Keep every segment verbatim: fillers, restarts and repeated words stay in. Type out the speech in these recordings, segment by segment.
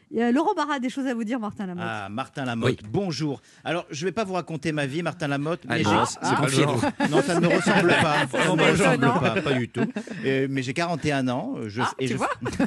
Il y a Laurent Barra a des choses à vous dire, Martin Lamotte. Ah, Martin Lamotte, oui. Bonjour. Alors, je ne vais pas vous raconter ma vie, Martin Lamotte. Ah, mais non, c'est ah, pas le genre. Non, ça ne me ressemble pas. Ça ne me ressemble pas, pas du tout. Euh, mais j'ai quarante et un ans. Je, ah, et, tu je, vois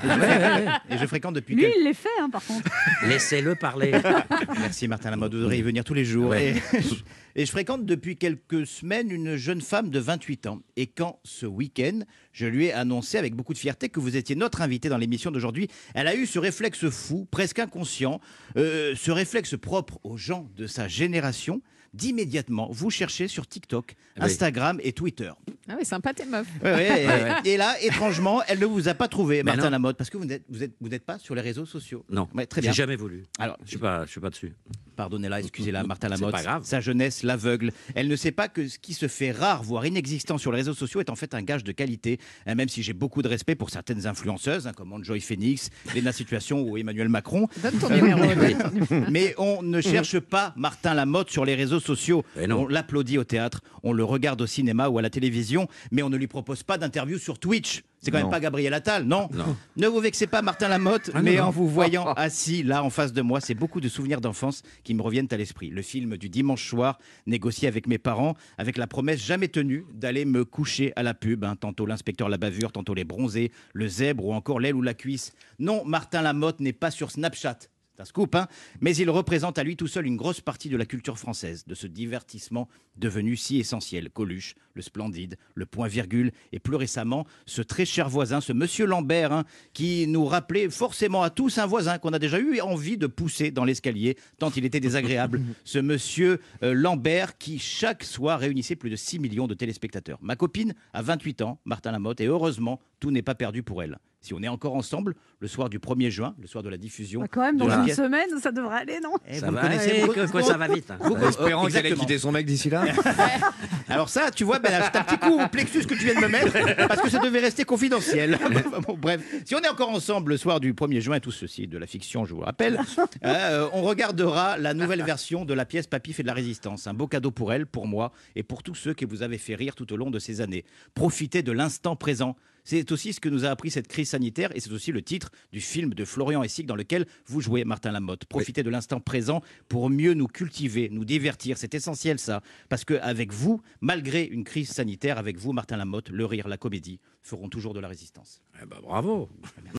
et je fréquente depuis... Lui, quel... il les fait, hein, par contre. Laissez-le parler. Merci, Martin Lamotte. Vous devriez y venir tous les jours. Ouais. Et, et je fréquente depuis quelques semaines une jeune femme de vingt-huit ans. Et quand, ce week-end, je lui ai annoncé avec beaucoup de fierté que vous étiez notre invité dans l'émission d'aujourd'hui, elle a eu ce réflexe fou, presque inconscient, euh, ce réflexe propre aux gens de sa génération, d'immédiatement vous chercher sur TikTok, Instagram oui. et Twitter. Ah oui, sympa tes meufs. Ouais, ouais, ouais. Et là, étrangement, elle ne vous a pas trouvé, Martin Lamotte, parce que vous n'êtes vous êtes, vous n'êtes pas sur les réseaux sociaux. Non, ouais, très bien. J'ai jamais voulu. Alors, je suis pas, je suis pas dessus. Pardonnez-la, excusez-la, Martin Lamotte. C'est pas grave. Sa jeunesse l'aveugle. Elle ne sait pas que ce qui se fait rare, voire inexistant sur les réseaux sociaux est en fait un gage de qualité. Même si j'ai beaucoup de respect pour certaines influenceuses, hein, comme Enjoy Phoenix, Léna Situation ou Emmanuel Macron. Donne ton numéro. Mais on ne cherche pas Martin Lamotte sur les réseaux sociaux. On l'applaudit au théâtre, on le regarde au cinéma ou à la télévision, mais on ne lui propose pas d'interview sur Twitch. C'est quand non. même pas Gabriel Attal, non, non. Ne vous vexez pas, Martin Lamotte, ah, mais non, non. en vous voyant assis là en face de moi, c'est beaucoup de souvenirs d'enfance qui me reviennent à l'esprit. Le film du dimanche soir, négocié avec mes parents, avec la promesse jamais tenue d'aller me coucher à la pub. Hein. Tantôt l'inspecteur La Bavure, tantôt les bronzés, le zèbre ou encore l'aile ou la cuisse. Non, Martin Lamotte n'est pas sur Snapchat. C'est un scoop, hein, mais il représente à lui tout seul une grosse partie de la culture française, de ce divertissement devenu si essentiel. Coluche, le Splendide, le Point-Virgule, et plus récemment, ce très cher voisin, ce monsieur Lambert, hein, qui nous rappelait forcément à tous un voisin qu'on a déjà eu envie de pousser dans l'escalier, tant il était désagréable. Ce monsieur euh, Lambert qui, chaque soir, réunissait plus de six millions de téléspectateurs. Ma copine a vingt-huit ans, Martin Lamotte, et heureusement, tout n'est pas perdu pour elle. Si on est encore ensemble, le soir du premier juin, le soir de la diffusion... Bah quand même, dans la une pièce... semaine, ça devrait aller, non eh, ça, vous va, connaissez, eh, vous... que, que ça va vite. Hein. Vous, oh, espérant qu'elle ait quitté son mec d'ici là. Alors ça, tu vois, ben, c'est un petit coup au plexus que tu viens de me mettre, parce que ça devait rester confidentiel. Bon, bref, si on est encore ensemble le soir du premier juin, tout ceci de la fiction, je vous le rappelle, euh, on regardera la nouvelle version de la pièce Papy fait de la résistance. Un beau cadeau pour elle, pour moi, et pour tous ceux qui vous avez fait rire tout au long de ces années. Profitez de l'instant présent. C'est aussi ce que nous a appris cette crise sanitaire et c'est aussi le titre du film de Florian Essig dans lequel vous jouez, Martin Lamotte. Profitez oui. de l'instant présent pour mieux nous cultiver, nous divertir. C'est essentiel ça, parce qu'avec vous, malgré une crise sanitaire, avec vous, Martin Lamotte, le rire, la comédie feront toujours de la résistance. Eh ben, bravo.